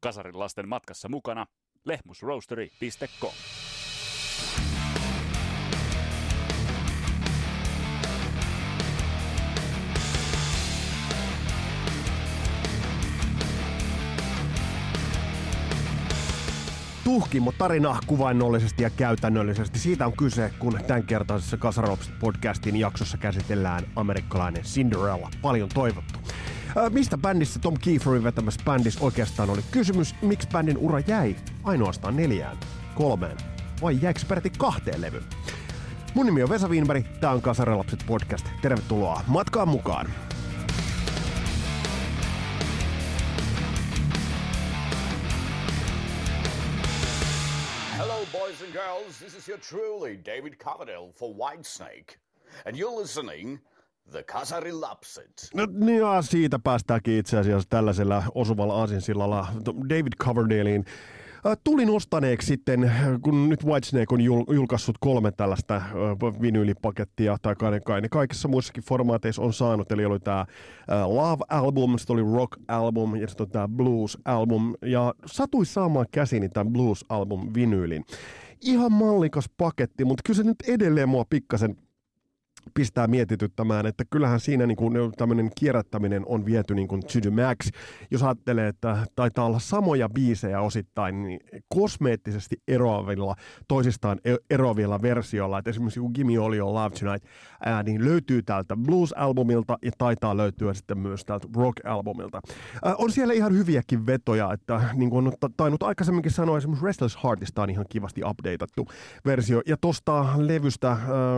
Kasarin lasten matkassa mukana lehmusroastery.com. Tuhkimo tarina kuvainnollisesti ja käytännöllisesti. Siitä on kyse, kun tämänkertaisessa Kasarolapset-podcastin jaksossa käsitellään amerikkalainen Cinderella. Paljon toivottu. Mistä bändissä Tom Kieferin vetämässä bändissä oikeastaan oli kysymys? Miksi bändin ura jäi ainoastaan 4, 3 vai jäikö peräti 2 levyyn? Mun nimi on Vesa Wienberg, tää on Kasarolapset-podcast. Tervetuloa matkaan mukaan! Boys and girls, this is your truly David Coverdale for Whitesnake, and you're listening The Kasarilapset. No ja siitä päästäänkin itse asiassa tällaisella osuvalla aasinsillalla David Coverdalein. Tulin ostaneeksi sitten, kun nyt Whitesnake on julkaissut 3 tällaista vinyylipakettia, tai kai ne kaikissa muissakin formaateissa on saanut, eli oli tämä Love-album, sitten oli Rock-album ja sitten on tämä Blues-album, ja satui saamaan käsiini tämän Blues-album vinyylin. Ihan mallikas paketti, mutta kyllä se nyt edelleen mua pikkasen pistää mietityttämään, että kyllähän siinä niin kuin tämmöinen kierrättäminen on viety niin kuin to the max. Jos ajattelee, että taitaa olla samoja biisejä osittain, niin kosmeettisesti toisistaan eroavilla versioilla, että esimerkiksi kun Gimme All Your Love Tonight, niin löytyy täältä Blues-albumilta ja taitaa löytyä sitten myös täältä Rock-albumilta. On siellä ihan hyviäkin vetoja, että niin kuin on tainnut aikaisemminkin sanoa, esimerkiksi Restless Heartista on ihan kivasti updateattu versio, ja tosta levystä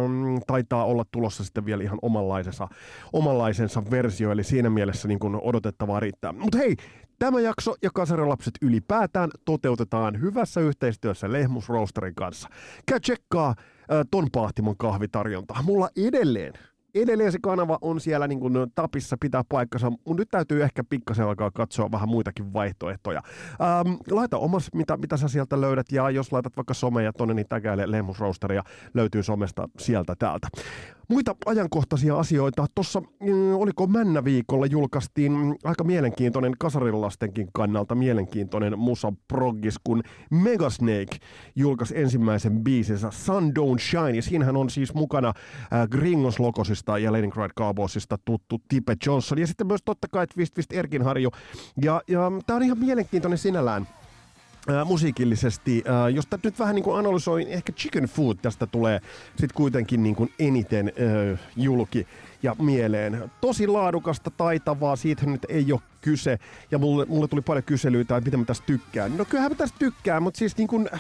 taitaa olla tulossa sitten vielä ihan omanlaisensa versio, eli siinä mielessä niin kuin odotettavaa riittää. Mutta hei, tämä jakso ja Kasarilapset ylipäätään toteutetaan hyvässä yhteistyössä Lehmus Roasterin kanssa. Käy tsekkaa ton Paahtimon kahvitarjonta. Mulla edelleen se kanava on siellä niin kuin tapissa, pitää paikkansa, mutta nyt täytyy ehkä pikkasen alkaa katsoa vähän muitakin vaihtoehtoja. Laita omas, mitä sä sieltä löydät, ja jos laitat vaikka someja tonne, niin tägäile Lehmus Roasteria, löytyy somesta sieltä täältä. Muita ajankohtaisia asioita. Tuossa, oliko Männä-viikolla, julkaistiin aika mielenkiintoinen kasarilastenkin kannalta mielenkiintoinen musaproggis, kun Megasnake julkaisi ensimmäisen biisinsä Sun Don't Shine, ja siinähän on siis mukana Gringos Locosista ja Leningrad Cowboysista tuttu Tipe Johnson, ja sitten myös totta kai Twist Erkinharju, ja tää on ihan mielenkiintoinen sinällään. Musiikillisesti, jos tätä nyt vähän niin kuin analysoin, ehkä Chicken Food tästä tulee sitten kuitenkin niin kuin eniten julki ja mieleen. Tosi laadukasta, taitavaa, siitä nyt ei ole kyse, ja mulle tuli paljon kyselyitä, että mitä mä tästä tykkään. No kyllähän mä tästä tykkään, mutta siis niin kuin,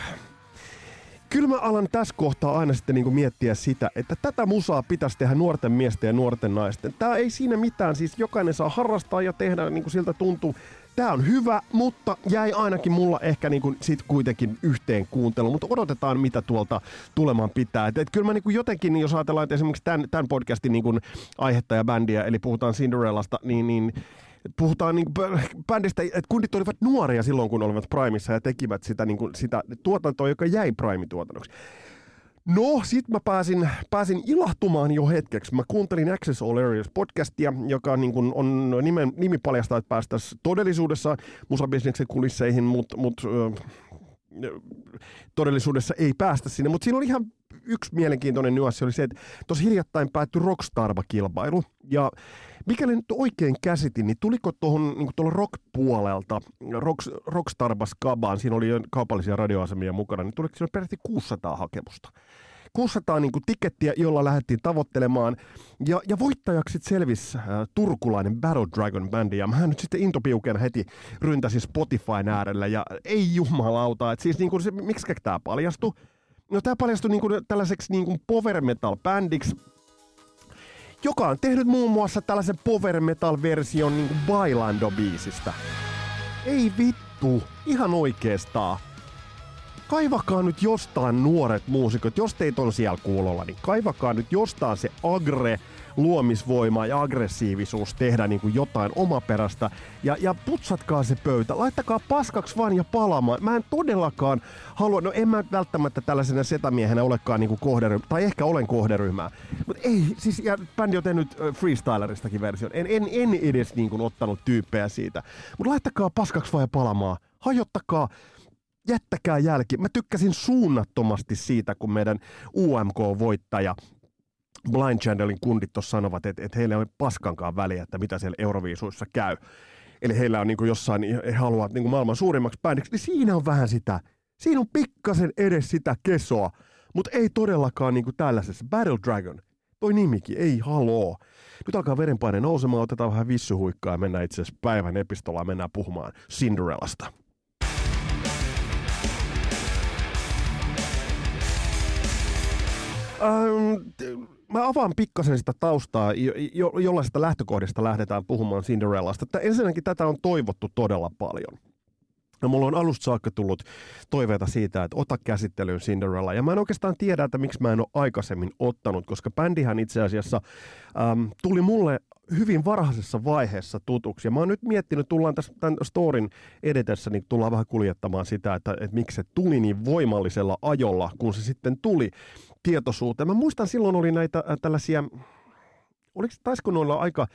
kyllä mä alan tässä kohtaa aina sitten niin kuin miettiä sitä, että tätä musaa pitäisi tehdä nuorten miesten ja nuorten naisten. Tää ei siinä mitään, siis jokainen saa harrastaa ja tehdä niin kuin siltä tuntuu. Tää on hyvä, mutta jäi ainakin mulla ehkä niinku sit kuitenkin yhteen kuuntelu, mutta odotetaan mitä tuolta tulemaan pitää. Et kyllä mä niinku jotenkin, jos ajatellaan, että esimerkiksi tämän podcastin niinku aihetta ja bändiä, eli puhutaan Cinderellasta, niin puhutaan niinku bändistä, että kundit olivat nuoria silloin, kun olivat Primessa ja tekivät sitä, niinku, sitä tuotantoa, joka jäi Prime-tuotannoksi. No, sit mä pääsin ilahtumaan jo hetkeksi. Mä kuuntelin Access All Areas podcastia, joka niin kun on nimi paljastaa, että päästäisiin todellisuudessa musabisneksen kulisseihin, mutta todellisuudessa ei päästä sinne. Mutta siinä oli ihan yksi mielenkiintoinen nyanssi, oli se, että tuossa hiljattain päättyi Rockstarba-kilpailu. Ja mikäli nyt oikein käsitin, niin tuliko tuohon niin tuolla rock-puolelta, Rockstarba-skabaan, siinä oli jo kaupallisia radioasemia mukana, niin tuliko siinä peräti 600 hakemusta. 600 niin kuin tikettiä, jolla lähdettiin tavoittelemaan, ja voittajaksi sitten selvisi turkulainen Battle Dragon bändi, ja mä nyt sitten intopiukena heti ryntäsin Spotifyn äärellä, ja ei jumalauta, että siis niin kuin se, miksi tämä paljastui? No tämä paljastui niin kuin tällaiseksi niin kuin power metal bändiksi, joka on tehnyt muun muassa tällaisen power metal version niin kuin Bailando-biisistä. Ei vittu, ihan oikeestaan. Kaivakaa nyt jostain nuoret muusikot, jos teitä on siellä kuulolla, niin kaivakaa nyt jostain se luomisvoima ja aggressiivisuus tehdä niin kuin jotain omaperäistä ja putsatkaa se pöytä, laittakaa paskaksi vaan ja palaamaan. Mä en todellakaan halua, no en mä välttämättä tällaisena setämiehenä olekaan niin kuin kohderyhmä, tai ehkä olen kohderyhmää, mutta ei, siis ja bändi on tehnyt freestyleristakin version, en edes niin kuin ottanut tyyppejä siitä, mutta laittakaa paskaksi vaan ja palaamaan. Hajottakaa, jättäkää jälki. Mä tykkäsin suunnattomasti siitä, kun meidän UMK-voittaja Blind Channelin kundit tuossa sanovat, että heillä ei ole paskankaan väliä, että mitä siellä Euroviisuissa käy. Eli heillä on niin kuin jossain, he haluavat niin kuin maailman suurimmaksi bändiksi, niin siinä on vähän sitä. Siinä on pikkasen edes sitä kesoa, mutta ei todellakaan niin kuin tällaisessa. Battle Dragon, toi nimikin, ei haloo. Nyt alkaa verenpaine nousemaan, otetaan vähän vissyhuikkaa ja mennään itse asiassa päivän epistolaan, mennään puhumaan Cinderellasta. Mä avaan pikkasen sitä taustaa, jollaisesta lähtökohdista lähdetään puhumaan Cinderellasta. Ensinnäkin tätä on toivottu todella paljon. Ja mulla on alusta saakka tullut toiveita siitä, että ota käsittelyyn Cinderella. Ja mä en oikeastaan tiedä, että miksi mä en ole aikaisemmin ottanut, koska bändihän itse asiassa tuli mulle hyvin varhaisessa vaiheessa tutuksi. Ja mä oon nyt miettinyt, tullaan tämän storin edetessä, niin tullaan vähän kuljettamaan sitä, että miksi se tuli niin voimallisella ajolla, kun se sitten tuli tietoisuuteen. Mä muistan, silloin oli näitä tällaisia, taisiko noilla aika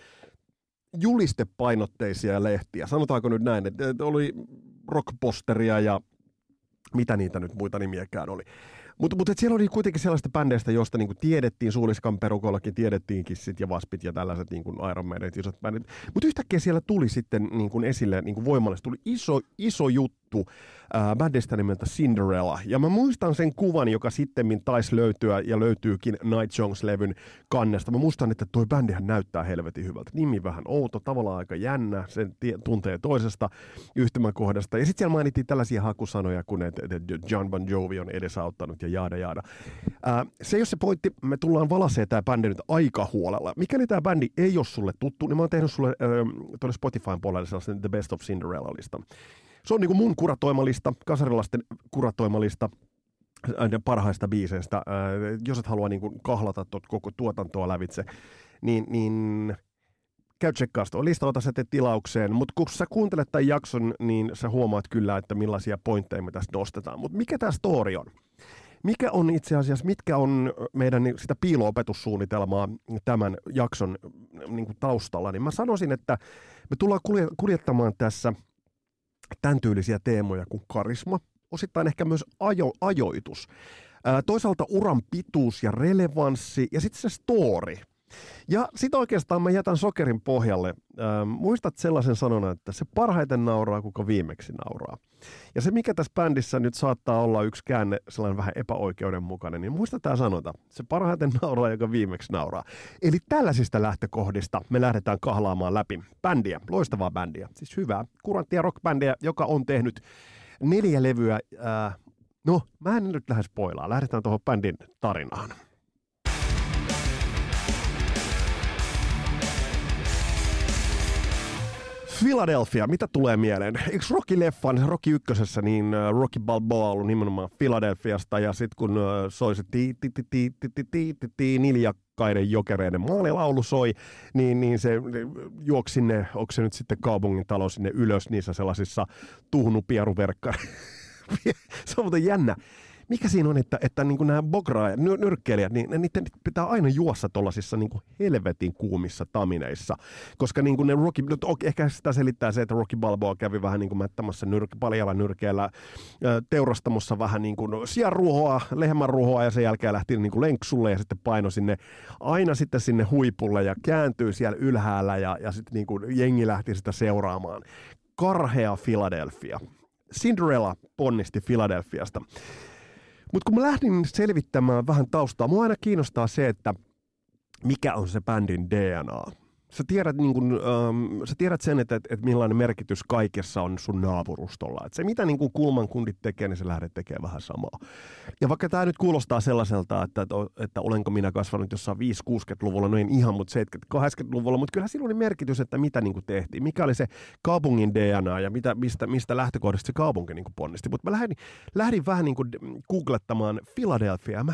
julistepainotteisia lehtiä, sanotaanko nyt näin, että oli rockposteria ja mitä niitä nyt muita nimiäkään oli. Mutta siellä oli kuitenkin sellaista bändeistä, josta niinku tiedettiin, Suuliskan perukollakin tiedettiin Kissit ja Waspit ja tällaiset niinku Iron Maiden isot bändit. Mutta yhtäkkiä siellä tuli sitten niinku esille niinku voimallisesti, tuli iso juttu bändistä nimeltä Cinderella. Ja mä muistan sen kuvan, joka sittemmin taisi löytyä ja löytyykin Night Songs-levyn kannesta. Mä muistan, että toi bändihän näyttää helvetin hyvältä. Nimi vähän outo, tavallaan aika jännä, sen tuntee toisesta yhtymäkohdasta. Ja sitten siellä mainittiin tällaisia hakusanoja, kun että John Bon Jovi on edesauttanut ja jaada. Se ei ole se pointti, me tullaan valasee tää bändi nyt aika huolella. Mikäli tää bändi ei ole sulle tuttu, niin mä oon tehnyt sulle tuonne Spotifyn puolelle sellaisen The Best of Cinderella-listan. Se on niinku mun kuratoimalista, kasarilaisten kuratoimalista parhaista biiseistä. Jos et halua niinku kahlata koko tuotantoa lävitse, niin käy tsekkaa sitä lista, ota se tilaukseen. Mutta kun sä kuuntelet tämän jakson, niin sä huomaat kyllä, että millaisia pointteja me tästä nostetaan. Mutta mikä tämä story on? Mikä on itse asiassa, mitkä on meidän sitä piilo-opetussuunnitelmaa tämän jakson niin kuin taustalla, niin mä sanoisin, että me tullaan kuljettamaan tässä tämän tyylisiä teemoja kuin karisma, osittain ehkä myös ajoitus, toisaalta uran pituus ja relevanssi ja sitten se story. Ja sitten oikeastaan mä jätän sokerin pohjalle. Muistat sellaisen sanonnan, että se parhaiten nauraa, kuka viimeksi nauraa. Ja se, mikä tässä bändissä nyt saattaa olla yksi käänne, sellainen vähän epäoikeudenmukainen, niin muista tämä sanonta. Se parhaiten nauraa, joka viimeksi nauraa. Eli tällaisista lähtökohdista me lähdetään kahlaamaan läpi bändiä, loistavaa bändiä. Siis hyvää, kuranttia rockbändiä, joka on tehnyt 4 levyä. Mä en nyt lähde spoilaa. Lähdetään tuohon bändin tarinaan. Philadelphia, mitä tulee mieleen? Eikö Rocky-leffan, Rocky ykkösessä, niin Rocky Balboa ollut nimenomaan Philadelphiasta, ja sitten kun soi se niljakkaiden jokereiden maalilaulu soi, niin se juoksi sinne, onko se nyt sitten kaupungin talo sinne ylös niissä sellaisissa tuhnu-pieruverkkareissa. Se on muuten jännä. Mikä siinä on, että niin nämä bograajat, nyrkkeilijät, niin niiden pitää aina juossa tuollaisissa niin helvetin kuumissa tamineissa. Koska niin ne Rocky, ehkä sitä selittää se, että Rocky Balboa kävi vähän niin kuin mättämässä paljalla nyrkeellä teurastamossa vähän niin kuin sianruhoa, lehmänruhoa ja sen jälkeen lähti niin kuin lenksulle ja sitten paino sinne, aina sitten sinne huipulle ja kääntyi siellä ylhäällä ja sitten niin kuin jengi lähti sitä seuraamaan. Karhea Philadelphia. Cinderella ponnisti Philadelphiasta. Mutta kun mä lähdin selvittämään vähän taustaa, mua aina kiinnostaa se, että mikä on se bändin DNA. Sä tiedät sen, että millainen merkitys kaikessa on sun naapurustolla. Et se, mitä niin kuin kulman kundit tekee, niin se lähdet tekemään vähän samaa. Ja vaikka tämä nyt kuulostaa sellaiselta, että olenko minä kasvanut jossain 5-60-luvulla, no en ihan, mutta 70-80-luvulla, mutta kyllä sillä oli merkitys, että mitä niin kuin tehtiin. Mikä oli se kaupungin DNA ja mistä lähtökohdasta se kaupunki niin kuin ponnisti. Mutta mä lähdin vähän niin kuin googlettamaan Philadelphia ja mä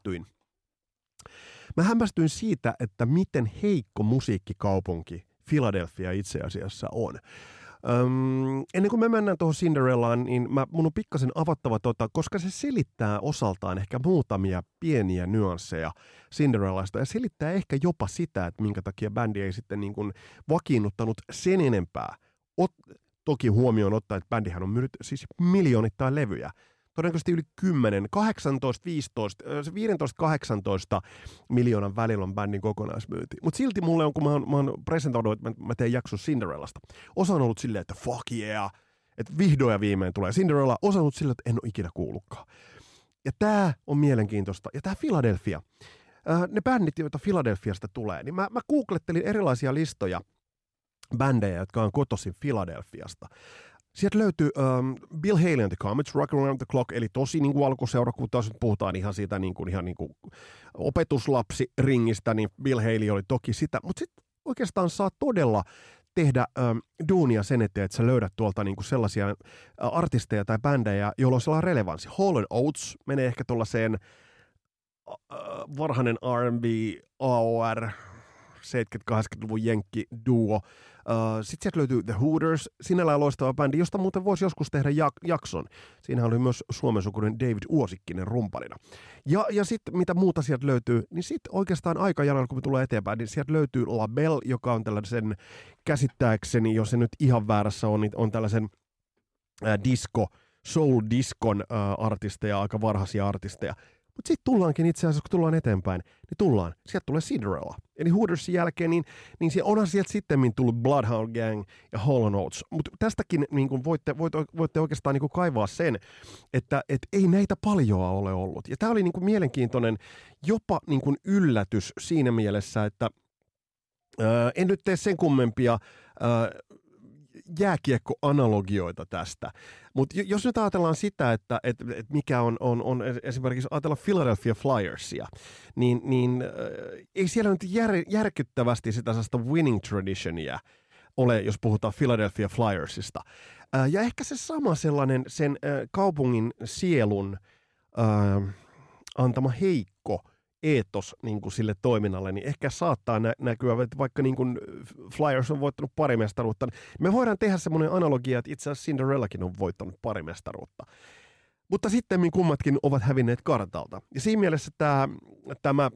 hämmästyin siitä, että miten heikko musiikkikaupunki Philadelphia itse asiassa on. Ennen kuin me mennään tuohon Cinderellaan, niin mun on pikkasen avattava koska se selittää osaltaan ehkä muutamia pieniä nyansseja Cinderellasta ja selittää ehkä jopa sitä, että minkä takia bändi ei sitten niin kuin vakiinnuttanut sen enempää Toki huomioon ottaa, että bändihän on myynyt siis miljoonittain levyjä. Todennäköisesti yli 10, 18, 15, 15-18 miljoonan välillä on bändin kokonaismyynti. Mutta silti mulle on, kun mä oon presentoinut, että mä teen jakso Cinderellasta. Osa on ollut silleen, että fuck yeah, että vihdoin ja viimein tulee Cinderella. Osa on ollut silleen, että en ole ikinä kuullutkaan. Ja tää on mielenkiintoista. Ja tää Philadelphia. Ne bändit, joita Philadelphiasta tulee, niin mä googlettelin erilaisia listoja bändejä, jotka on kotoisin Philadelphiasta. Sieltä löytyy Bill Haley and the Comets, Rock Around the Clock, eli tosi niin kuin alkuseura, kun taas puhutaan ihan siitä ihan niin kuin opetuslapsiringistä, niin Bill Haley oli toki sitä, mutta sitten oikeastaan saa todella tehdä duunia sen eteen, että sä löydät tuolta niin kuin sellaisia artisteja tai bändejä, joilla on sellainen relevanssi. Hall & Oates menee ehkä tuollaiseen varhainen R&B, AOR, 70-80-luvun jenkki-duo. Sitten sieltä löytyy The Hooters, sinällään loistava bändi, josta muuten voisi joskus tehdä jakson. Siinä oli myös suomensukuinen David Uosikkinen rumpalina. Ja sitten mitä muuta sieltä löytyy, niin sitten oikeastaan aikajanalla, kun me tulee eteenpäin, niin sieltä löytyy La Belle, joka on tällaisen käsittääkseni, jos se nyt ihan väärässä on, niin on tällaisen soul-diskon artisteja, aika varhaisia artisteja. Mutta sitten tullaankin itse asiassa, kun tullaan eteenpäin, niin sieltä tulee Cinderella. Eli Hootersin jälkeen, niin onhan sieltä sittemmin tullut Bloodhound Gang ja Hall & Oates. Mutta tästäkin niin kun voitte oikeastaan niin kun kaivaa sen, että ei näitä paljoa ole ollut. Ja tämä oli niin kun mielenkiintoinen jopa niin kun yllätys siinä mielessä, että en nyt tee sen kummempia jääkiekkoanalogioita tästä. Mutta jos nyt ajatellaan sitä, että mikä on esimerkiksi ajatella Philadelphia Flyersia, niin ei siellä nyt järkyttävästi sitä sellaista winning traditionia ole, jos puhutaan Philadelphia Flyersista. Ja ehkä se sama sellainen sen kaupungin sielun antama heikko eetos niin kuin sille toiminnalle, niin ehkä saattaa näkyä, että vaikka niin kuin Flyers on voittanut pari mestaruutta, niin me voidaan tehdä semmoinen analogia, että itse asiassa Cinderellakin on voittanut pari mestaruutta. Mutta sitten kummatkin ovat hävinneet kartalta. Ja siinä mielessä tämä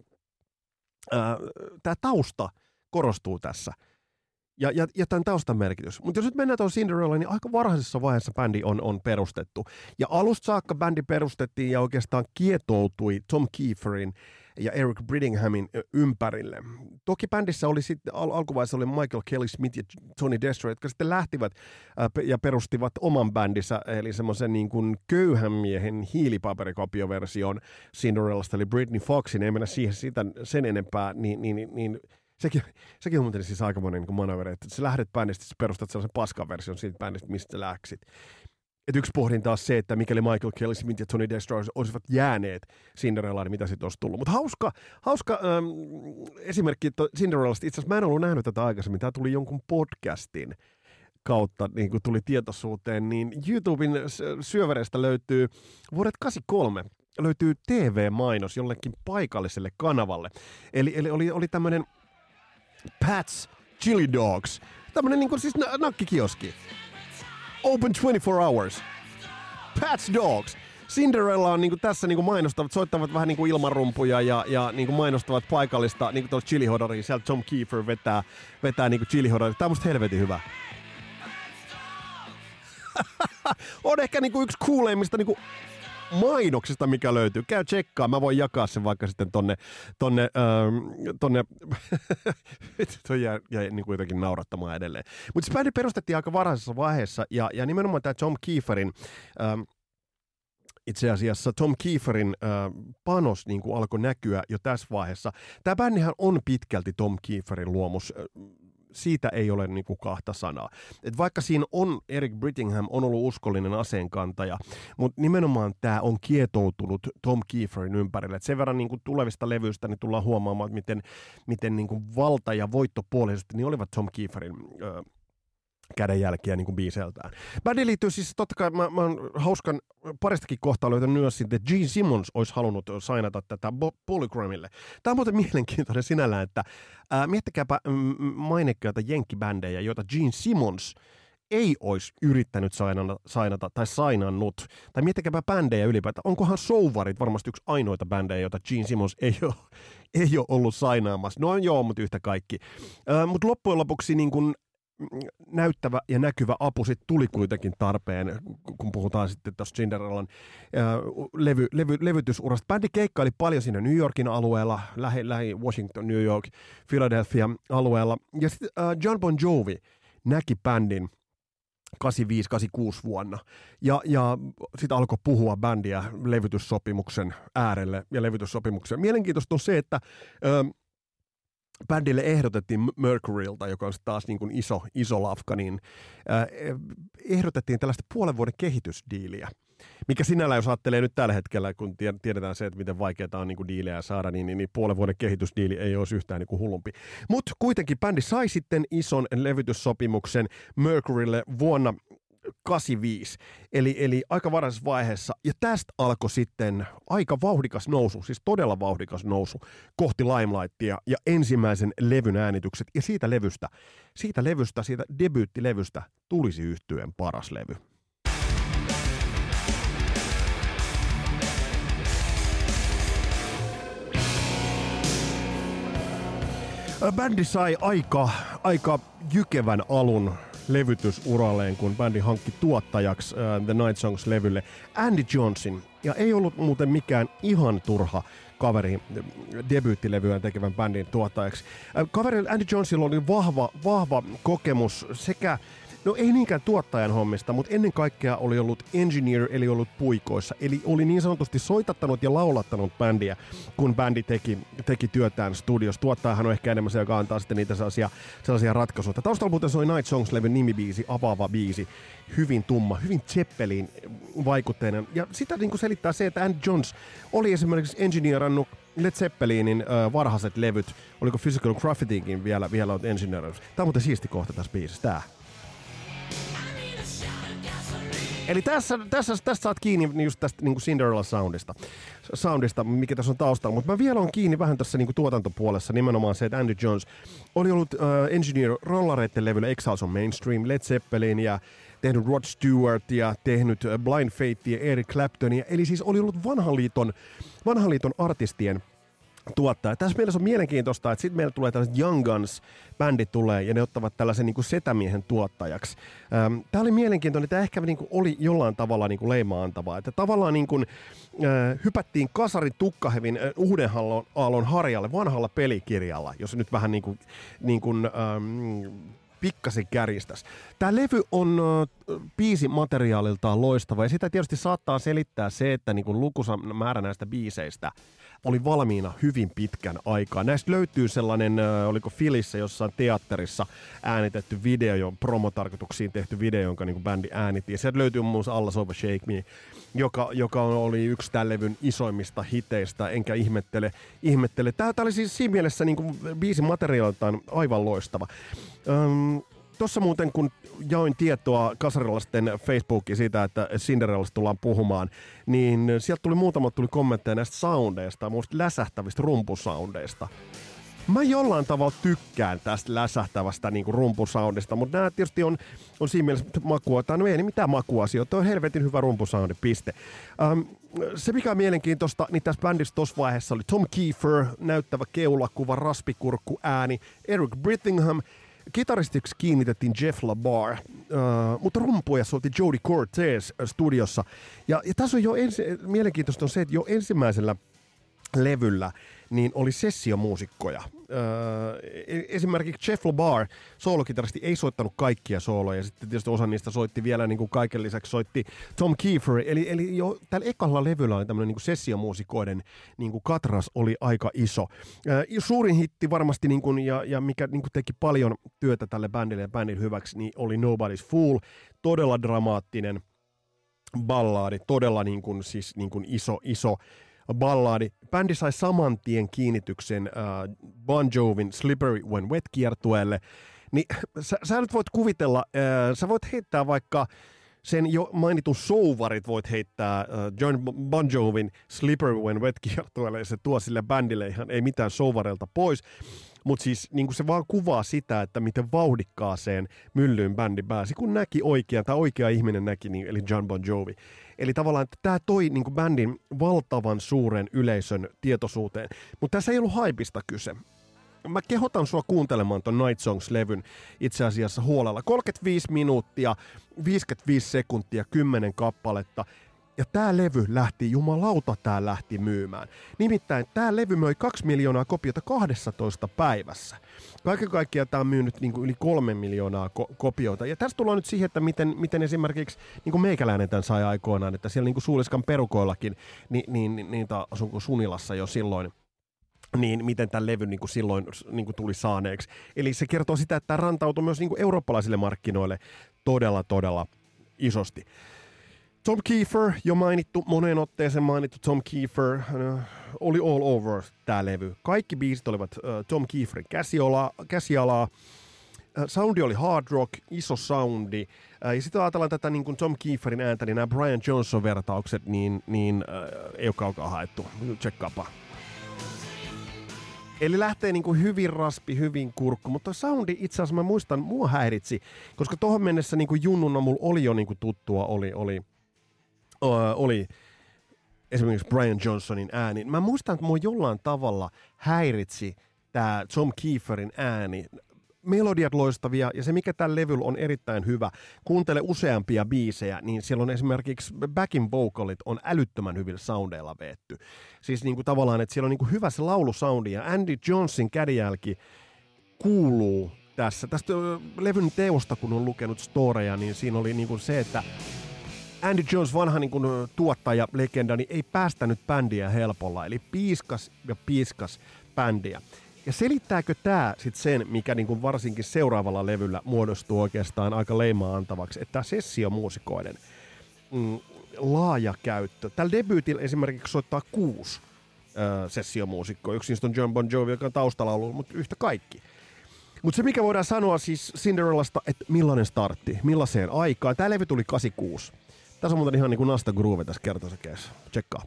tausta korostuu tässä. Ja tämän taustan merkitys. Mutta jos nyt mennään tuon Cinderella, niin aika varhaisessa vaiheessa bändi on perustettu. Ja alusta saakka bändi perustettiin ja oikeastaan kietoutui Tom Kieferin ja Eric Brittinghamin ympärille. Toki bändissä oli sitten alkuvaiheessa oli Michael Kelly Smith ja Tony Destro, jotka sitten lähtivät ja perustivat oman bändinsä, eli semmoisen niin kuin köyhän miehen hiilipaperikopioversion Cinderellasta, eli Britney Foxin, ei mennä siihen sen enempää, niin sekin on muuten siis aikamoinen niin manöveri, että sä lähdet bändistä, sä perustat sellaisen paskan-version siitä bändistä, mistä sä läksit. Et yksi pohdin taas se, että mikäli Michael Kelly Smith ja Tony Destro olisivat jääneet Cinderellaan, niin mitä sitten olisi tullut. Mutta hauska esimerkki Cinderellasta. Itse asiassa mä en ollut nähnyt tätä aikaisemmin. Tämä tuli jonkun podcastin kautta, niin kun tuli tietoisuuteen, niin YouTuben syövereistä löytyy vuodet 83. Löytyy TV-mainos jollekin paikalliselle kanavalle. Eli oli tämmöinen Pat's Chili Dogs. Tämmöinen niin kuin siis nakkikioski. Open 24 hours. Pat's Dogs. Cinderella on niin kuin tässä niin kuin mainostavat, soittavat vähän niin kuin ilmanrumpuja ja niin kuin mainostavat paikallista, niin kuin tuossa chilihodaria. Sieltä Tom Kiefer vetää niin kuin chilihodaria. Tämä on musta helvetin hyvä. On ehkä niin kuin yksi coolaimmista niin kuin mainoksista, mikä löytyy. Käy tsekkaa. Mä voin jakaa sen vaikka sitten tonne toi jäi niin kuin jotenkin naurattamaan edelleen. Mutta se bändi perustettiin aika varhaisessa vaiheessa, ja nimenomaan tämä Tom Kieferin, itse asiassa Tom Kieferin panos niin kuin alkoi näkyä jo tässä vaiheessa. Tämä bändihän on pitkälti Tom Kieferin luomus. Siitä ei ole niin kuin kahta sanaa. Et vaikka siinä on Eric Brittingham on ollut uskollinen aseenkantaja, mutta nimenomaan tämä on kietoutunut Tom Kieferin ympärille. Et sen verran niin kuin tulevista levyistä niin tullaan huomaamaan, että miten niin kuin valta- ja voittopuolisesti niin olivat Tom Kieferin kädenjälkiä niin kuin biiseltään. Bändi liittyy siis, totta kai mä oon hauskan paristakin kohtaa löytänyt myös sitten, että Gene Simmons olisi halunnut sainata tätä Polygramille. Tämä on muuten mielenkiintoinen sinällään, että miettikääpä mainekkaita jenkkibändejä, joita Gene Simmons ei olisi yrittänyt sainata tai sainannut. Tai miettikääpä bändejä ylipäätään. Onkohan Souvarit varmasti yksi ainoita bändejä, joita Gene Simmons ei ole ollut sainaamassa. No joo, mutta yhtä kaikki. Mutta loppujen lopuksi niin kun näyttävä ja näkyvä apu sitten tuli kuitenkin tarpeen, kun puhutaan sitten tuosta Cinderellan levytysurasta. Bändi keikkaili paljon siinä New Yorkin alueella, lähi Washington, New York, Philadelphia alueella. Ja sitten John Bon Jovi näki bändin 85-86 vuonna. Ja sitten alkoi puhua bändiä levytyssopimuksen äärelle ja levytyssopimuksen. Mielenkiintoista on se, että bändille ehdotettiin Mercurylta, joka on taas niin kuin iso lafka, niin ehdotettiin tällaista puolen vuoden kehitysdiiliä, mikä sinällään, jos ajattelee nyt tällä hetkellä, kun tiedetään se, että miten vaikeaa on niin kuin diilejä saada, niin puolen vuoden kehitysdiili ei olisi yhtään niin kuin hullumpi. Mutta kuitenkin bändi sai sitten ison levytyssopimuksen Mercurylle vuonna 85, eli aika varhaisessa vaiheessa, ja tästä alkoi sitten aika vauhdikas nousu, siis todella vauhdikas nousu kohti Limelightia ja ensimmäisen levyn äänitykset, ja siitä debyyttilevystä tulisi yhtyeen paras levy. Bändi sai aika jykevän alun levytysuralleen, kun bändi hankki tuottajaksi The Night Songs-levylle Andy Johnson. Ja ei ollut muuten mikään ihan turha kaveri debyyttilevyä tekevän bändin tuottajaksi. Kaveri Andy Johnsonilla oli vahva kokemus sekä, no ei niinkään tuottajan hommista, mutta ennen kaikkea oli ollut engineer, eli ollut puikoissa. Eli oli niin sanotusti soitattanut ja laulattanut bändiä, kun bändi teki työtään studiossa. Tuottajahan on ehkä enemmän se, joka antaa sitten niitä sellaisia ratkaisuja. Taustalla muuten soi Night Songs-levyn nimibiisi, avaava biisi. Hyvin tumma, hyvin Zeppelin vaikutteinen. Ja sitä niin kuin selittää se, että Andy Jones oli esimerkiksi engineerannut Led Zeppelinin varhaiset levyt. Oliko Physical Graffitiinkin vielä on engineerannut. Tämä on muuten siisti kohta tässä biisissä, tää. Eli tässä saat kiinni just tästä niin kuin Cinderella-soundista, mikä tässä on taustalla. Mutta mä vielä on kiinni vähän tässä niin kuin tuotantopuolessa nimenomaan se, että Andy Jones oli ollut engineer rollareiden levyllä Exiles on Mainstream, Led Zeppelin ja tehnyt Rod Stewart ja tehnyt Blind Faithia, Eric Claptonia. Eli siis oli ollut vanhan liiton artistien tuottaja. Tässä mielessä on mielenkiintoista, että sitten meillä tulee tällaiset Young Guns-bändit tulee ja ne ottavat tällaisen niin kuin setämiehen tuottajaksi. Tämä oli mielenkiintoinen, tämä ehkä niin kuin oli jollain tavalla niin kuin leimaa-antavaa. Että tavallaan niin kuin, hypättiin kasarin tukkahevin Uudenhaallon harjalle vanhalla pelikirjalla, jos nyt vähän niin kuin pikkasen kärjistäisi. Tämä levy on biisimateriaaliltaan loistava ja sitä tietysti saattaa selittää se, että niin kuin lukuisa määrä näistä biiseistä oli valmiina hyvin pitkän aikaa. Näistä löytyy sellainen, oliko Philissä jossain teatterissa äänitetty video, promotarkoituksiin tehty video, jonka niin kuin bändi äänitti. Ja sieltä löytyy muun muassa Allah's Over Shake Me, joka oli yksi tämän levyn isoimmista hiteistä, enkä ihmettele. Tämä oli siis siinä mielessä niin kuin biisin materiaaliltaan aivan loistava. Tuossa muuten, kun jaoin tietoa kasarilaisten Facebookiin siitä, että Cinderellasta tullaan puhumaan, niin sieltä tuli kommentteja näistä soundeista, muista läsähtävistä rumpusoundeista. Mä jollain tavalla tykkään tästä läsähtävästä niin kuin rumpusoundista, mutta nämä tietysti on siinä mielessä makua, tai no ei mitään makuasioita, on helvetin hyvä rumpusoundi, piste. Se mikä on mielenkiintoista, niin tässä bändissä tuossa vaiheessa oli Tom Kiefer, näyttävä keulakuva, raspikurkku ääni, Eric Brittingham, kitaristiksi kiinnitettiin Jeff LaBar, mutta rumpuja soitti Jody Cortez studiossa. Ja tässä on jo mielenkiintoista on se, että jo ensimmäisellä levyllä niin oli sessiomuusikkoja. Esimerkiksi Jeff LaBar, soolokitaristi, ei soittanut kaikkia sooloja, ja sitten tietysti osa niistä soitti vielä niin kuin kaiken lisäksi soitti Tom Kiefer, eli jo tällä ekalla levyllä oli tämmöinen niin kuin sessiomuusikoiden niin kuin katras oli aika iso. Suurin hitti varmasti, niin kuin, ja mikä niin kuin teki paljon työtä tälle bändille ja bändin hyväksi, niin oli Nobody's Fool, todella dramaattinen ballaadi, todella niin kuin, siis niin kuin iso ballaadi. Bändi sai saman tien kiinnityksen Bon Jovin Slippery When Wet-kiertueelle. Niin sä nyt voit kuvitella, sä voit heittää vaikka sen jo mainitun souvarit voit heittää John Bon Jovin Slippery When Wet-kiertueelle ja se tuo sille bändille ihan ei mitään souvareilta pois. Mutta siis niin se vaan kuvaa sitä, että miten vauhdikkaaseen myllyyn bändi pääsi, kun näki oikea ihminen näki, niin, eli John Bon Jovi. Eli tavallaan, että tämä toi niin kuin bändin valtavan suuren yleisön tietoisuuteen. Mutta tässä ei ollut haipista kyse. mä kehotan sua kuuntelemaan ton Night Songs-levyn itse asiassa huolella. 35 minuuttia, 55 sekuntia, 10 kappaletta. Ja tää levy lähti myymään. Nimittäin tää levy möi 2 miljoonaa kopiota 12 päivässä. Kaiken kaikkiaan tää on myynyt niin kuin yli 3 miljoonaa kopiota. Ja tässä tullaan nyt siihen, että miten esimerkiksi niin kuin meikäläinen tämän sai aikoinaan, että siellä niin kuin Suuliskan perukoillakin, niitä asunko Sunilassa jo silloin, niin miten tämän levy niin kuin silloin niin kuin tuli saaneeksi. Eli se kertoo sitä, että tämä rantautui myös niin kuin eurooppalaisille markkinoille todella isosti. Tom Kiefer, jo mainittu, moneen otteeseen mainittu Tom Kiefer, oli all over tää levy. Kaikki biisit olivat Tom Kieferin käsialaa. Soundi oli hard rock, iso soundi. Ja sitten ajatellaan tätä niin kuin Tom Kieferin ääntä, niin nämä Brian Johnson-vertaukset, niin ei ole kaukaa haettu. Tsekkaapa. Eli lähtee niin kuin hyvin raspi, hyvin kurkku, mutta soundi itse asiassa mä muistan, mua häiritsi, koska tohon mennessä niin kuin junnuna mulla oli jo niin kuin tuttua, oli esimerkiksi Brian Johnsonin ääni. Mä muistan, että mua jollain tavalla häiritsi tää Tom Kieferin ääni. Melodiat loistavia, ja se mikä tällä levyllä on erittäin hyvä, kuuntele useampia biisejä, niin siellä on esimerkiksi backing vocalit on älyttömän hyvillä soundeilla veetty. Siis niinku tavallaan, että siellä on niinku hyvä se laulusoundi, ja Andy Johnson kädenjälki kuuluu tässä. Tästä levyn teosta, kun on lukenut storeja, niin siinä oli niinku se, että Andy Jones, vanha niin kuin tuottaja-legenda, niin ei päästänyt bändiä helpolla, eli piiskas bändiä. Ja selittääkö tämä sitten sen, mikä niin kuin varsinkin seuraavalla levyllä muodostuu oikeastaan aika leimaa antavaksi, että tämä sessiomuusikoiden laaja käyttö. Tällä debyytillä esimerkiksi soittaa 6 sessiomuusikkoa. Yksi niistä on John Bon Jovi, joka on taustalla ollut, mutta yhtä kaikki. Mutta se, mikä voidaan sanoa siis Cinderellasta, että millainen startti, millaiseen aikaan. Tämä levy tuli 86. Tässä on muuten ihan niin kuin Nasta Groove tässä kertosäkeessä. Tsekkaa.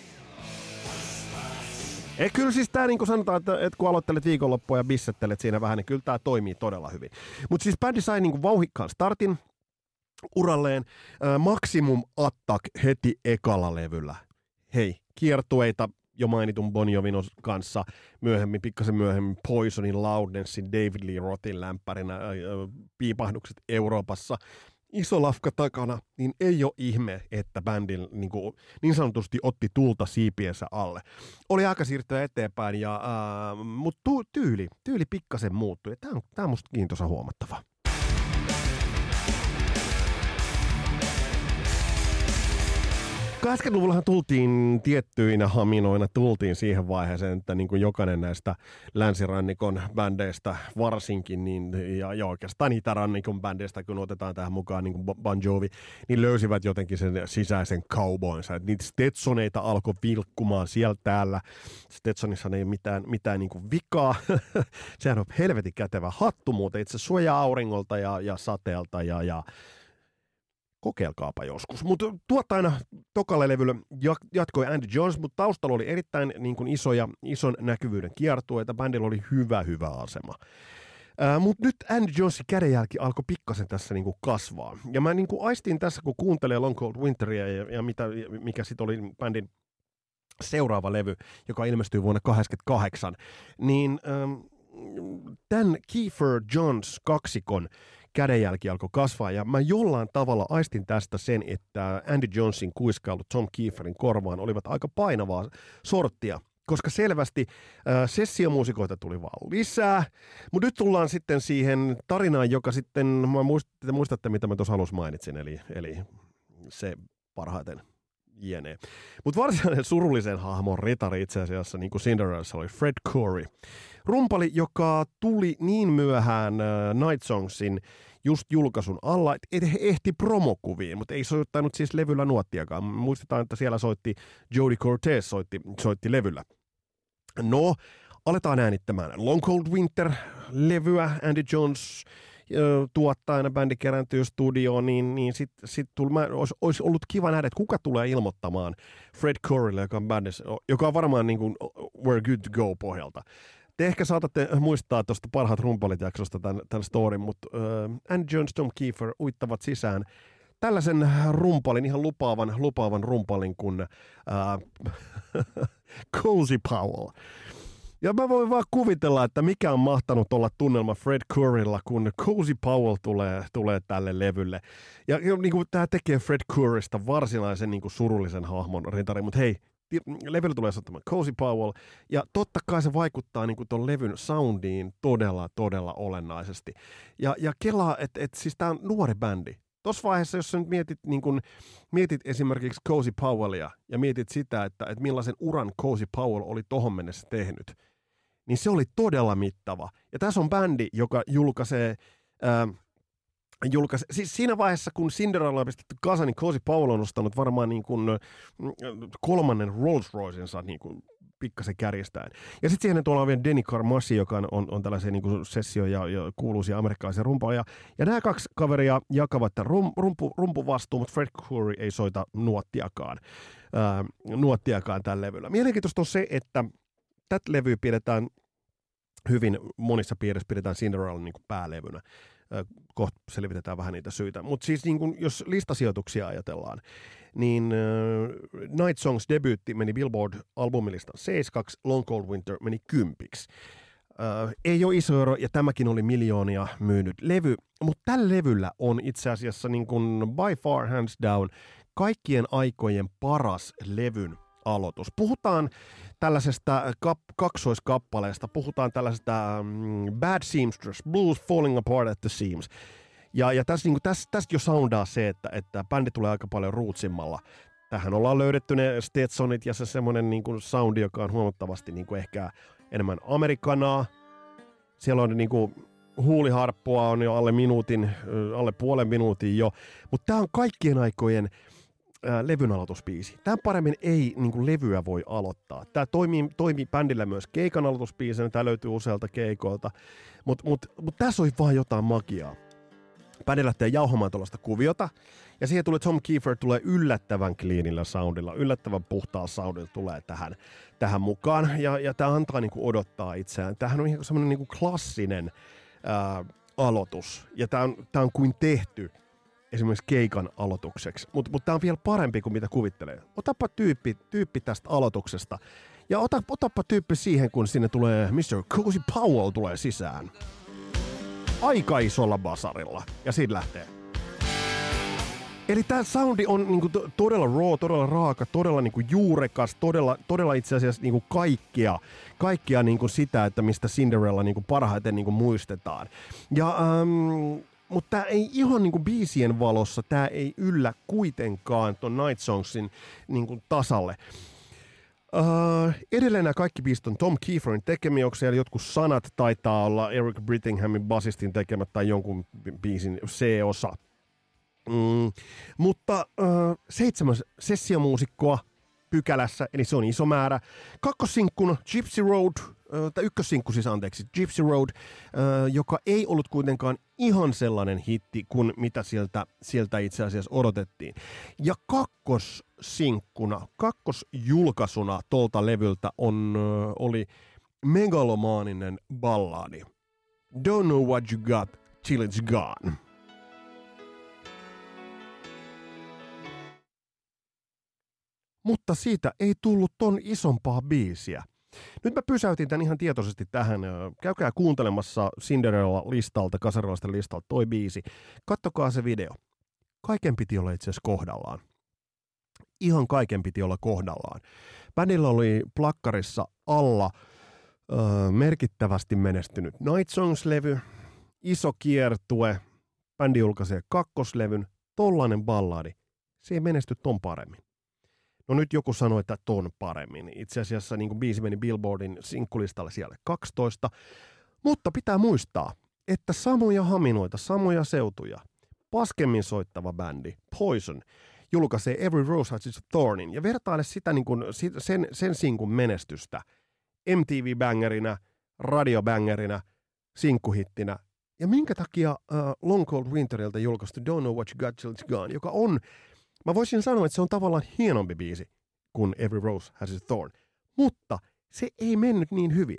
Kyllä siis tää niin kuin sanotaan, että kun aloittelet viikonloppua ja bissettelet siinä vähän, niin kyllä tää toimii todella hyvin. Mutta siis bändi sai niin kuin vauhikkaan startin uralleen. Maximum Attack heti ekalla levyllä. Hei, kiertueita jo mainitun Bon Jovin kanssa pikkasen myöhemmin Poisonin, Loudnessin, David Lee Rothin lämpärinä piipahdukset Euroopassa. Iso lafka takana, niin ei ole ihme, että bändi niin sanotusti otti tulta siipiensä alle. Oli aika siirtyä eteenpäin, mutta tyyli pikkasen muuttui. Tämä on musta kiintoisa huomattava. 80-luvullahan tultiin tiettyinä haminoina siihen vaiheeseen, että niin kuin jokainen näistä länsirannikon bändeistä varsinkin, niin, ja oikeastaan itärannikon bändeistä, kun otetaan tähän mukaan niin kuin Bon Jovi, niin löysivät jotenkin sen sisäisen cowboynsa. Niitä Stetsoneita alkoi vilkkumaan siellä täällä. Stetsonissa ei ole mitään niin kuin vikaa. Sehän on helvetin kätevä hattu muuten. Itse suojaa auringolta ja sateelta ja kokeilkaapa joskus. Mutta tuottajana tokalle levylle jatkoi Andy Jones, mutta taustalla oli erittäin niin kuin ison näkyvyyden kiertueita. Bändillä oli hyvä asema. Mutta nyt Andy Jonesin kädenjälki alkoi pikkasen tässä niin kuin kasvaa. Ja mä niin kuin aistin tässä, kun kuuntelee Long Cold Winteria ja mikä sitten oli bändin seuraava levy, joka ilmestyi vuonna 1988, niin tämän Kiefer Jones kaksikon kädenjälki alkoi kasvaa, ja mä jollain tavalla aistin tästä sen, että Andy Jonesin kuiskailut Tom Kieferin korvaan olivat aika painavaa sorttia, koska selvästi sessiomuusikoita tuli vaan lisää, mutta nyt tullaan sitten siihen tarinaan, joka sitten, te muistatte mitä mä tuossa alussa mainitsin, eli se parhaiten jenee. Mutta varsinainen surullisen hahmon ritari itse asiassa, niin kuin Cinderellassa, oli Fred Coury. Rumpali, joka tuli niin myöhään Night Songsin just julkaisun alla, että ehti promokuviin, mutta ei soittanut siis levyllä nuottiakaan. Muistetaan, että siellä soitti Jody Cortez soitti levyllä. No, aletaan äänittämään Long Cold Winter-levyä. Andy Jones tuottajana, bändi kerääntyy studioon, niin sit olisi ollut kiva nähdä, että kuka tulee ilmoittamaan Fred Courylle, joka on bändissä, joka on varmaan niin kuin We're Good to Go pohjalta. Te ehkä saatatte muistaa tuosta Parhaat rumpalit-jaksosta tämän storyn, mutta Andy Jones, Tom Kiefer uittavat sisään tällaisen rumpalin, ihan lupaavan rumpalin kuin Cozy Powell. Ja mä voin vaan kuvitella, että mikä on mahtanut olla tunnelma Fred Courylla, kun Cozy Powell tulee tälle levylle. Ja niin kuin, tämä tekee Fred Courysta varsinaisen niin kuin surullisen hahmon rintari, mutta hei, levyllä tulee soittamaan Cozy Powell, ja totta kai se vaikuttaa niin kuin ton levyn soundiin todella olennaisesti. Ja kelaa, että siis tää on nuori bändi. Tuossa vaiheessa, jos sä nyt mietit esimerkiksi Cozy Powellia ja mietit sitä, että millaisen uran Cozy Powell oli tohon mennessä tehnyt, niin se oli todella mittava. Ja tässä on bändi, joka julkaisee siis siinä vaiheessa, kun Cinderella on pistetty kasaan, niin Cozy Powell on ostanut varmaan niin kuin 3. Rolls-Roycensa niin kuin pikkasen kärjestäen. Ja sitten siihen tuolla on vielä Denny Carmassi, joka on tällaisia niin kuin sessio- ja kuuluisia amerikkalaisia rumpaleja. Ja nämä 2 kaveria jakavat tämän rumpuvastuun, mutta Fred Coury ei soita nuottiakaan tällä levyllä. Mielenkiintoista on se, että tätä levyä pidetään hyvin monissa piirissä pidetään Cinderella niin kuin päälevynä. Kohta selvitetään vähän niitä syitä. Mutta siis niin kun, jos listasijoituksia ajatellaan, niin Night Songs -debyytti meni Billboard-albumilistan 7, Long Cold Winter meni 10. Ei ole iso ero, ja tämäkin oli miljoonia myynyt levy, mutta tällä levyllä on itse asiassa niin kun by far hands down kaikkien aikojen paras levyn aloitus. Puhutaan tällaisesta kaksoiskappaleesta, puhutaan tällaisesta Bad Seamstress, Blues Falling Apart at the Seams. Ja tässä jo soundaa se, että bändi tulee aika paljon rootsimalla. Tähän ollaan löydetty ne Stetsonit ja se semmoinen niin kuin soundi, joka on huomattavasti niin kuin ehkä enemmän amerikanaa. Siellä on niin kuin huuliharppua on jo alle puolen minuutin jo, mutta tämä on kaikkien aikojen levyn aloitusbiisi. Tämän paremmin ei niin kuin levyä voi aloittaa. Tämä toimii bändillä myös keikan aloitusbiisinä, tämä löytyy usealta keikoilta, mutta tässä on vaan jotain magiaa. Bändi lähtee jauhamaan tuollaista kuviota, ja siihen tulee Tom Kiefer tulee yllättävän cleanillä soundilla, yllättävän puhtaalla soundilla tulee tähän mukaan, ja tämä antaa niin kuin odottaa itseään. Tämähän on ihan semmoinen niin kuin klassinen aloitus, ja tämä on kuin tehty esimerkiksi keikan aloitukseksi, mutta tämä on vielä parempi kuin mitä kuvittelee. Otapa tyyppi tästä aloituksesta, ja otapa tyyppi siihen, kun sinne tulee Mr. Cozy Powell tulee sisään. Aika isolla basarilla, ja siinä lähtee. Eli tämä soundi on niinku todella raw, todella raaka, todella niinku juurekas, todella itse asiassa niinku kaikkea niinku sitä, että mistä Cinderella niinku parhaiten niinku muistetaan. Ja mutta tämä ei ihan niinku biisien valossa, tämä ei yllä kuitenkaan ton Night Songsin niinku tasalle. Edelleen nämä kaikki biisit on Tom Kieferin tekemiä, onko siellä jotkut sanat taitaa olla Eric Brittinghamin basistin tekemät tai jonkun biisin C-osa. Mutta 7 sessiomuusikkoa pykälässä, eli se on iso määrä. Kakkossinkkuna Gypsy Road, tai ykkössinkku siis anteeksi, Gypsy Road, joka ei ollut kuitenkaan ihan sellainen hitti kuin mitä sieltä itse asiassa odotettiin. Ja kakkosjulkaisuna tuolta levyltä oli megalomaaninen balladi. Don't know what you got till it's gone. Mutta siitä ei tullut ton isompaa biisiä. Nyt mä pysäytin tän ihan tietoisesti tähän. Käykää kuuntelemassa Cinderella-listalta, kasarilaisten listalta toi biisi. Kattokaa se video. Kaiken piti olla itse asiassa kohdallaan. Ihan kaiken piti olla kohdallaan. Bändillä oli plakkarissa alla merkittävästi menestynyt Night Songs-levy, iso kiertue, bändi julkaisee kakkoslevyn, tollainen balladi. Se ei menesty ton paremmin. No nyt joku sanoi, että ton paremmin. Itse asiassa niin kuin biisi meni Billboardin sinkkulistalle siellä 12. Mutta pitää muistaa, että samoja haminoita, samoja seutuja, paskemmin soittava bändi Poison julkaisee Every Rose Has Its Thornin ja vertaile sitä niin kuin sen sinkun menestystä MTV-bängerinä, radiobängerinä, sinkkuhittinä. Ja minkä takia Long Cold Winterilta julkaistu Don't Know What You Got Till It's Gone, joka on, mä voisin sanoa, että se on tavallaan hienompi biisi kuin Every Rose Has Its Thorn, mutta se ei mennyt niin hyvin.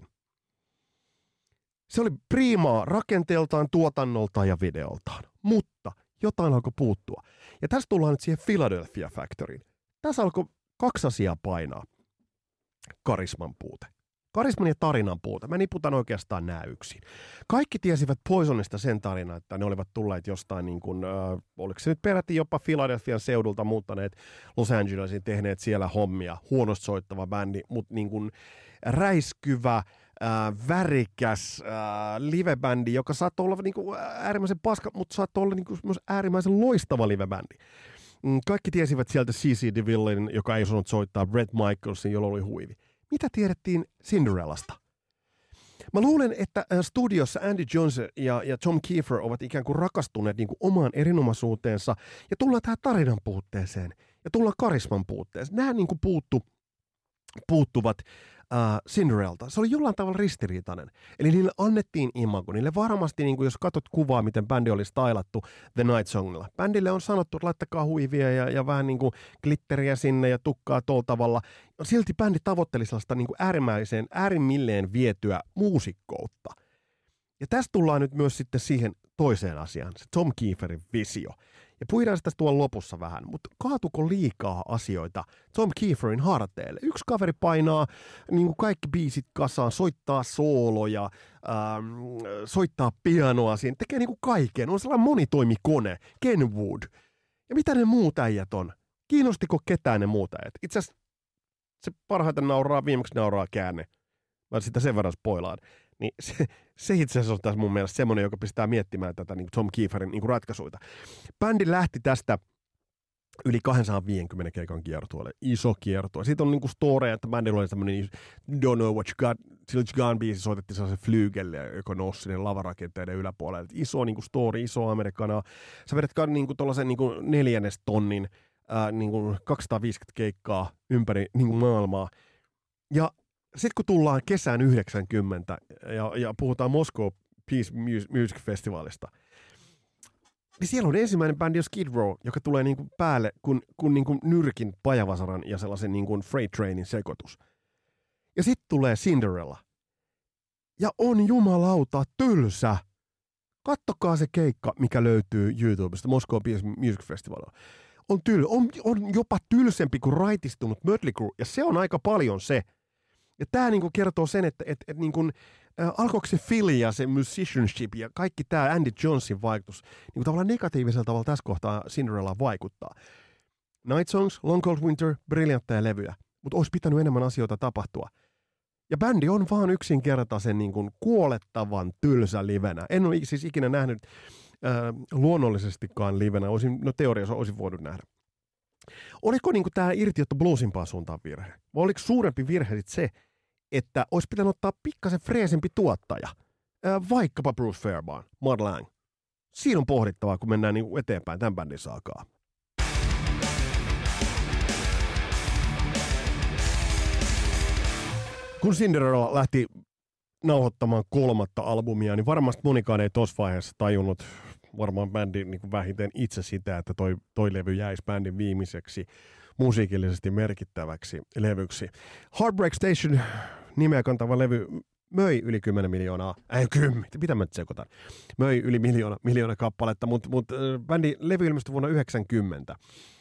Se oli priimaa rakenteeltaan, tuotannoltaan ja videoltaan, mutta jotain alkoi puuttua. Ja tässä tullaan nyt siihen Philadelphia Factoryin. Tässä alkoi 2 asiaa painaa. Karisman puute. Karisman ja tarinan puute. Mä niputan oikeastaan nämä yksin. Kaikki tiesivät Poisonista sen tarinan, että ne olivat tulleet jostain, niin kuin, oliko se nyt peräti jopa Philadelphian seudulta muuttaneet Los Angelesiin, tehneet siellä hommia. Huonosti soittava bändi, mutta niin kuin räiskyvä, värikäs livebändi, joka saattoi olla niin kuin äärimmäisen paska, mutta saattoi olla niin kuin myös äärimmäisen loistava livebändi. Kaikki tiesivät sieltä C.C. DeVillein, joka ei osannut soittaa, Bret Michaelsin, jolla oli huivi. Mitä tiedettiin Cinderellasta? Mä luulen, että studiossa Andy Jones ja Tom Kiefer ovat ikään kuin rakastuneet niin kuin omaan erinomaisuuteensa, ja tullaan tähän tarinan puutteeseen, ja tullaan karisman puutteeseen. Nämä niin kuin puuttuvat Cinderellta. Se oli jollain tavalla ristiriitainen. Eli niille annettiin imago. Niille varmasti, niin kuin jos katsot kuvaa, miten bändi oli stylattu The Night Songilla. Bändille on sanottu, että laittakaa huivia ja vähän niin kuin glitteriä sinne ja tukkaa tuolla tavalla. Silti bändi tavoitteli sellaista niin kuin äärimmilleen vietyä muusikkoutta. Ja tästä tullaan nyt myös sitten siihen toiseen asiaan, se Tom Kieferin visio. Ja puhutaan sitä tuolla lopussa vähän, mutta kaatuko liikaa asioita Tom Kieferin harteille? Yksi kaveri painaa niin kuin kaikki biisit kasaan, soittaa sooloja, soittaa pianoa siinä, tekee niin kuin kaiken. On sellainen monitoimikone, Ken Wood. Ja mitä ne muut äijät on? Kiinnostiko ketään ne muut äijät? Itse asiassa se parhaiten viimeksi nauraa käänne. Mä sitä sen verran spoilaan. Niin se itse asiassa on tässä mun mielestä semmoinen, joka pistää miettimään tätä niin Tom Kieferin niin ratkaisuita. Bändi lähti tästä yli 250 keikan kiertueelle. Iso kiertue. Siitä on niin kuin storeja, että bändillä oli tämmöinen Don't Know What You Got, Till It's Gone biisi soitettiin sellaisen flygelle, joka nousi sinne lavarakenteiden yläpuolelle. Iso niin kuin story, iso amerikanaa. Sä vedät niin kuin tuollaisen niin kuin 4 tonnin niin kuin 250 keikkaa ympäri niin kuin maailmaa. Ja sitten kun tullaan kesään 90 ja puhutaan Moscow Peace Music Festivalista, niin siellä on ensimmäinen bändi Skid Row, joka tulee niin kuin päälle kun niin kuin nyrkin, pajavasaran ja sellaisen niin kuin freight trainin sekoitus. Ja sitten tulee Cinderella. Ja on jumalauta tylsä. Kattokaa se keikka, mikä löytyy YouTubesta, Moscow Peace Music Festivalilla. On jopa tylsempi kuin raitistunut Mötley Crüe, ja se on aika paljon se. Ja tämä niinku kertoo sen, että niinku, alkoiko se Phil ja se musicianship ja kaikki tämä Andy Jonesin vaikutus niinku tavallaan negatiivisella tavalla tässä kohtaa Cinderella vaikuttaa. Night Songs, Long Cold Winter, briljantteja levyjä, mutta olisi pitänyt enemmän asioita tapahtua. Ja bändi on vaan yksinkertaisen niinku kuolettavan tylsä livenä. En ole siis ikinä nähnyt luonnollisestikaan livenä. Teoriassa olisin voinut nähdä. Oliko niinku tämä irtiotto bluesimpaan suuntaan virhe? Vai oliko suurempi virhe se, että olisi pitänyt ottaa pikkasen freesempi tuottaja? Vaikkapa Bruce Fairbairn, Mutt Lange. Siinä on pohdittavaa, kun mennään niinku eteenpäin tämän bändin saakaa. Kun Cinderella lähti nauhoittamaan 3. albumia, niin varmasti monikaan ei tuossa vaiheessa tajunnut, varmaan bändi niin vähiten itse sitä, että toi levy jäisi bändin viimeiseksi musiikillisesti merkittäväksi levyksi. Heartbreak Station nimeä kantava levy möi yli 10 miljoonaa, mitä mä nyt sekoitan, möi yli miljoona kappaletta, mutta bändin levy ilmestyi vuonna 1990.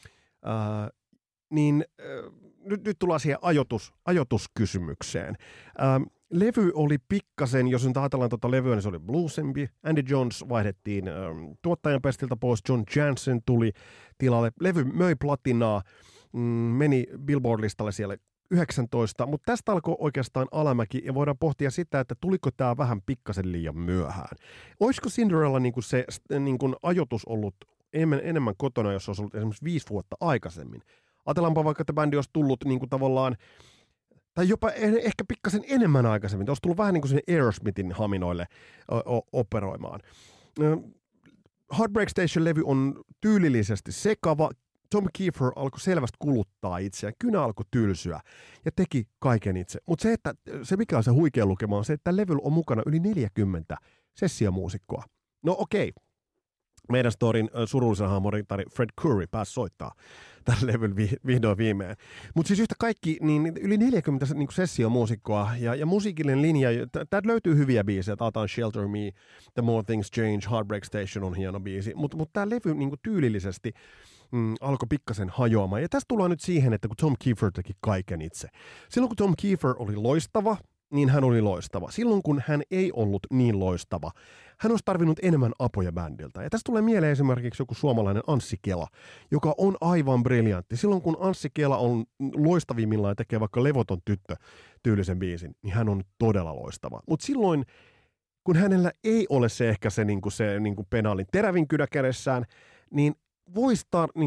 Nyt tullaan siihen ajoituskysymykseen. Levy oli pikkasen, jos nyt ajatellaan tuota levyä, niin se oli bluesempi. Andy Jones vaihdettiin tuottajan pestiltä pois, John Jansen tuli tilalle. Levy möi platinaa, meni Billboard-listalle siellä 19, mutta tästä alkoi oikeastaan alamäki, ja voidaan pohtia sitä, että tuliko tämä vähän pikkasen liian myöhään. Olisiko Cinderella se ajoitus ollut enemmän kotona, jos olisi ollut esimerkiksi 5 vuotta aikaisemmin? Ajatellaanpa vaikka, että bändi olisi tullut tavallaan, tai jopa ehkä pikkasen enemmän aikaisemmin. Olisi tullut vähän niin kuin sinne Aerosmithin haminoille operoimaan. Heartbreak Station-levy on tyylillisesti sekava. Tom Kiefer alkoi selvästi kuluttaa itseään. Kynä alkoi tylsyä ja teki kaiken itse. Mutta se mikä on se huikea lukema, on se, että levyllä on mukana yli 40 sessiomuusikkoa. No okei. Meidän storin surullisen hahmoritari Fred Coury pääsi soittaa tällä levyllä vihdoin viimein. Mutta siis yhtä kaikki, niin yli 40 niin sessiomuusikkoa ja musiikillinen linja, täältä löytyy hyviä biisejä. Taataan Shelter Me, The More Things Change, Heartbreak Station on hieno biisi. Mutta tämä levy niin tyylillisesti alkoi pikkasen hajoamaan. Ja tästä tullaan nyt siihen, että kun Tom Kiefer teki kaiken itse. Silloin kun Tom Kiefer oli loistava, niin hän oli loistava. Silloin kun hän ei ollut niin loistava, hän olisi tarvinnut enemmän apuja bändiltä. Ja tästä tulee mieleen esimerkiksi joku suomalainen Anssi Kela, joka on aivan briljantti. Silloin kun Anssi Kela on loistavimmillaan ja tekee vaikka Levoton tyttö tyylisen biisin, niin hän on todella loistava. Mutta silloin, kun hänellä ei ole se ehkä se penaalin terävin kynä kädessään, niin voisi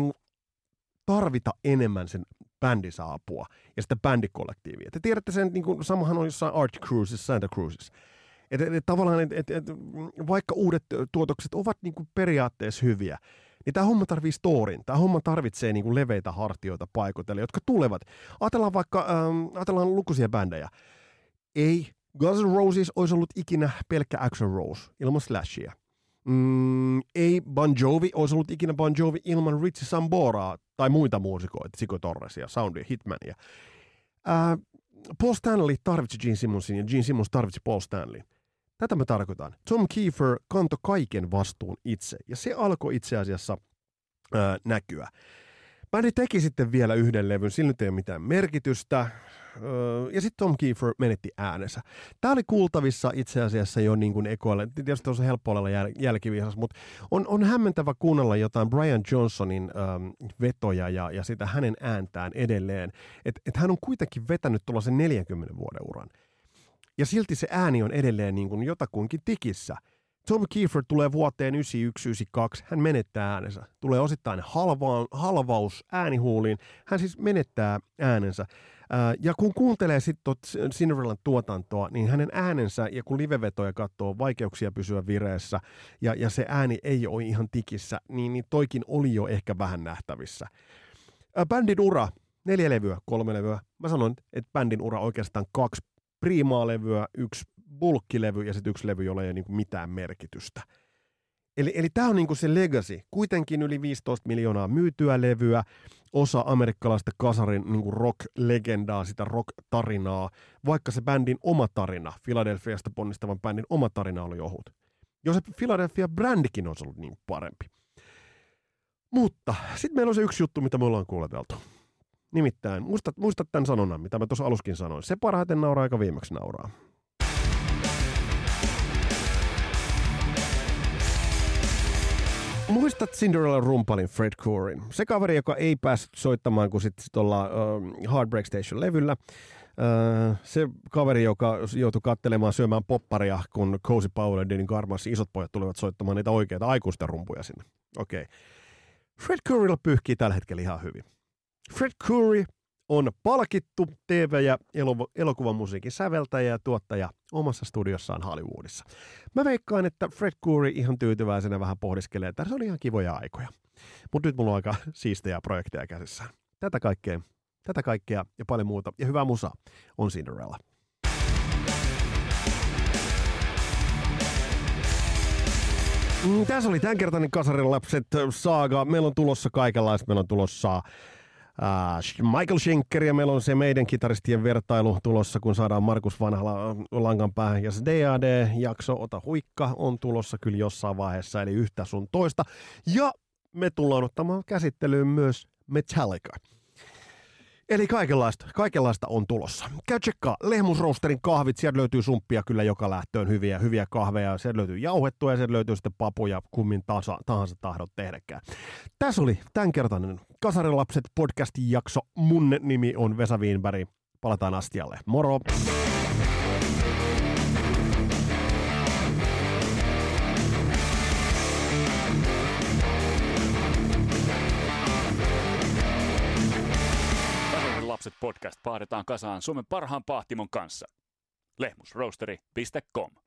tarvita enemmän sen bändissä apua ja sitä bändikollektiivia. Te tiedätte sen, samahan on jossain Arctic Cruises, Santa Cruises. Tavallaan, vaikka uudet tuotokset ovat periaatteessa hyviä, niin tämä homma tarvitsee storin. Tämä homma tarvitsee leveitä hartioita paikoitelle, jotka tulevat. Ajatellaan lukuisia bändejä. Ei Guns N' Roses olisi ollut ikinä pelkkä Axl Rose ilman Slashia. Ei Bon Jovi olisi ollut ikinä Bon Jovi ilman Richie Samboraa tai muita muusikoita, Zico Torresia, Soundia, Hitmania. Paul Stanley tarvitsi Gene Simmonsin ja Gene Simmons tarvitsi Paul Stanley. Tätä me tarkoitan. Tom Kiefer kantoi kaiken vastuun itse, ja se alkoi itse asiassa näkyä. Bändi teki sitten vielä yhden levyn, sillä nyt ei ole mitään merkitystä, ja sitten Tom Kiefer menetti äänensä. Tämä oli kuultavissa itse asiassa jo ekoille, tietysti on helppo olla jälkivihas, mutta on hämmentävä kuunnella jotain Brian Johnsonin vetoja ja sitä hänen ääntään edelleen, että hän on kuitenkin vetänyt tuollaisen 40 vuoden uran. Ja silti se ääni on edelleen jotakuinkin tikissä. Tom Kiefer tulee vuoteen 1991-1992, hän menettää äänensä. Tulee osittain halvaus äänihuuliin, hän siis menettää äänensä. Ja kun kuuntelee sitten Cinderellan tuotantoa, niin hänen äänensä, ja kun livevetoja katsoo, vaikeuksia pysyä vireessä, ja se ääni ei ole ihan tikissä, niin toikin oli jo ehkä vähän nähtävissä. Bändin ura, 4 levyä, 3 levyä. Mä sanoin, että bändin ura oikeastaan 2 priimaa levyä, 1 bulkkilevy ja sitten 1 levy, jolla ei ole mitään merkitystä. Eli tämä on se legacy. Kuitenkin yli 15 miljoonaa myytyä levyä, osa amerikkalaista kasarin rock-legendaa, sitä rock-tarinaa, vaikka se bändin oma tarina, Philadelphiasta ponnistavan bändin oma tarina oli ohut. Jos se Philadelphia-brändikin olisi ollut niin parempi. Mutta sitten meillä on se yksi juttu, mitä me ollaan kuuleteltu. Nimittäin, muistat tämän sanonnan, mitä mä tuossa aluskin sanoin. Se parhaiten nauraa, aika viimeksi nauraa. Muistat Cinderella rumpalin Fred Courin? Se kaveri, joka ei päässyt soittamaan kuin sitten tuolla Heartbreak Station-levyllä. Se kaveri, joka joutui katselemaan syömään popparia, kun Cozy Powell ja Denny Garmas isot pojat tulivat soittamaan niitä oikeita aikuisten rumpuja sinne. Okei. Fred Courilla pyyhkii tällä hetkellä ihan hyvin. Fred Coury on palkittu TV- ja elokuvamusiikin säveltäjä ja tuottaja omassa studiossaan Hollywoodissa. Mä veikkaan, että Fred Coury ihan tyytyväisenä vähän pohdiskelee, että se oli ihan kivoja aikoja. Mutta nyt mulla on aika siistejä projekteja käsissään. Tätä kaikkea ja paljon muuta. Ja hyvää musa on Cinderella. Tässä oli tämänkertainen Kasarin lapset saaga. Meillä on tulossa kaikenlaista. Meillä on tulossa Michael Schenker ja meillä on se meidän kitaristien vertailu tulossa, kun saadaan Markus Vanhala langan päähän. Ja se DAD-jakso, ota huikka, on tulossa kyllä jossain vaiheessa, eli yhtä sun toista. Ja me tullaan ottamaan käsittelyyn myös Metallica. Eli kaikenlaista on tulossa. Käy tsekkaa Lehmus Roasterin kahvit, sieltä löytyy sumppia kyllä joka lähtöön, hyviä kahveja, sieltä löytyy jauhettua ja sieltä löytyy sitten papuja, kummin tahansa tahdot tehdäkään. Tässä oli tämänkertainen Kasarin lapset podcastin jakso. Mun nimi on Vesa Wienberg. Palataan astialle. Moro! Lapset podcast pahdetaan kasaan Suomen parhaan pahtimon kanssa. Lehmusroasteri.com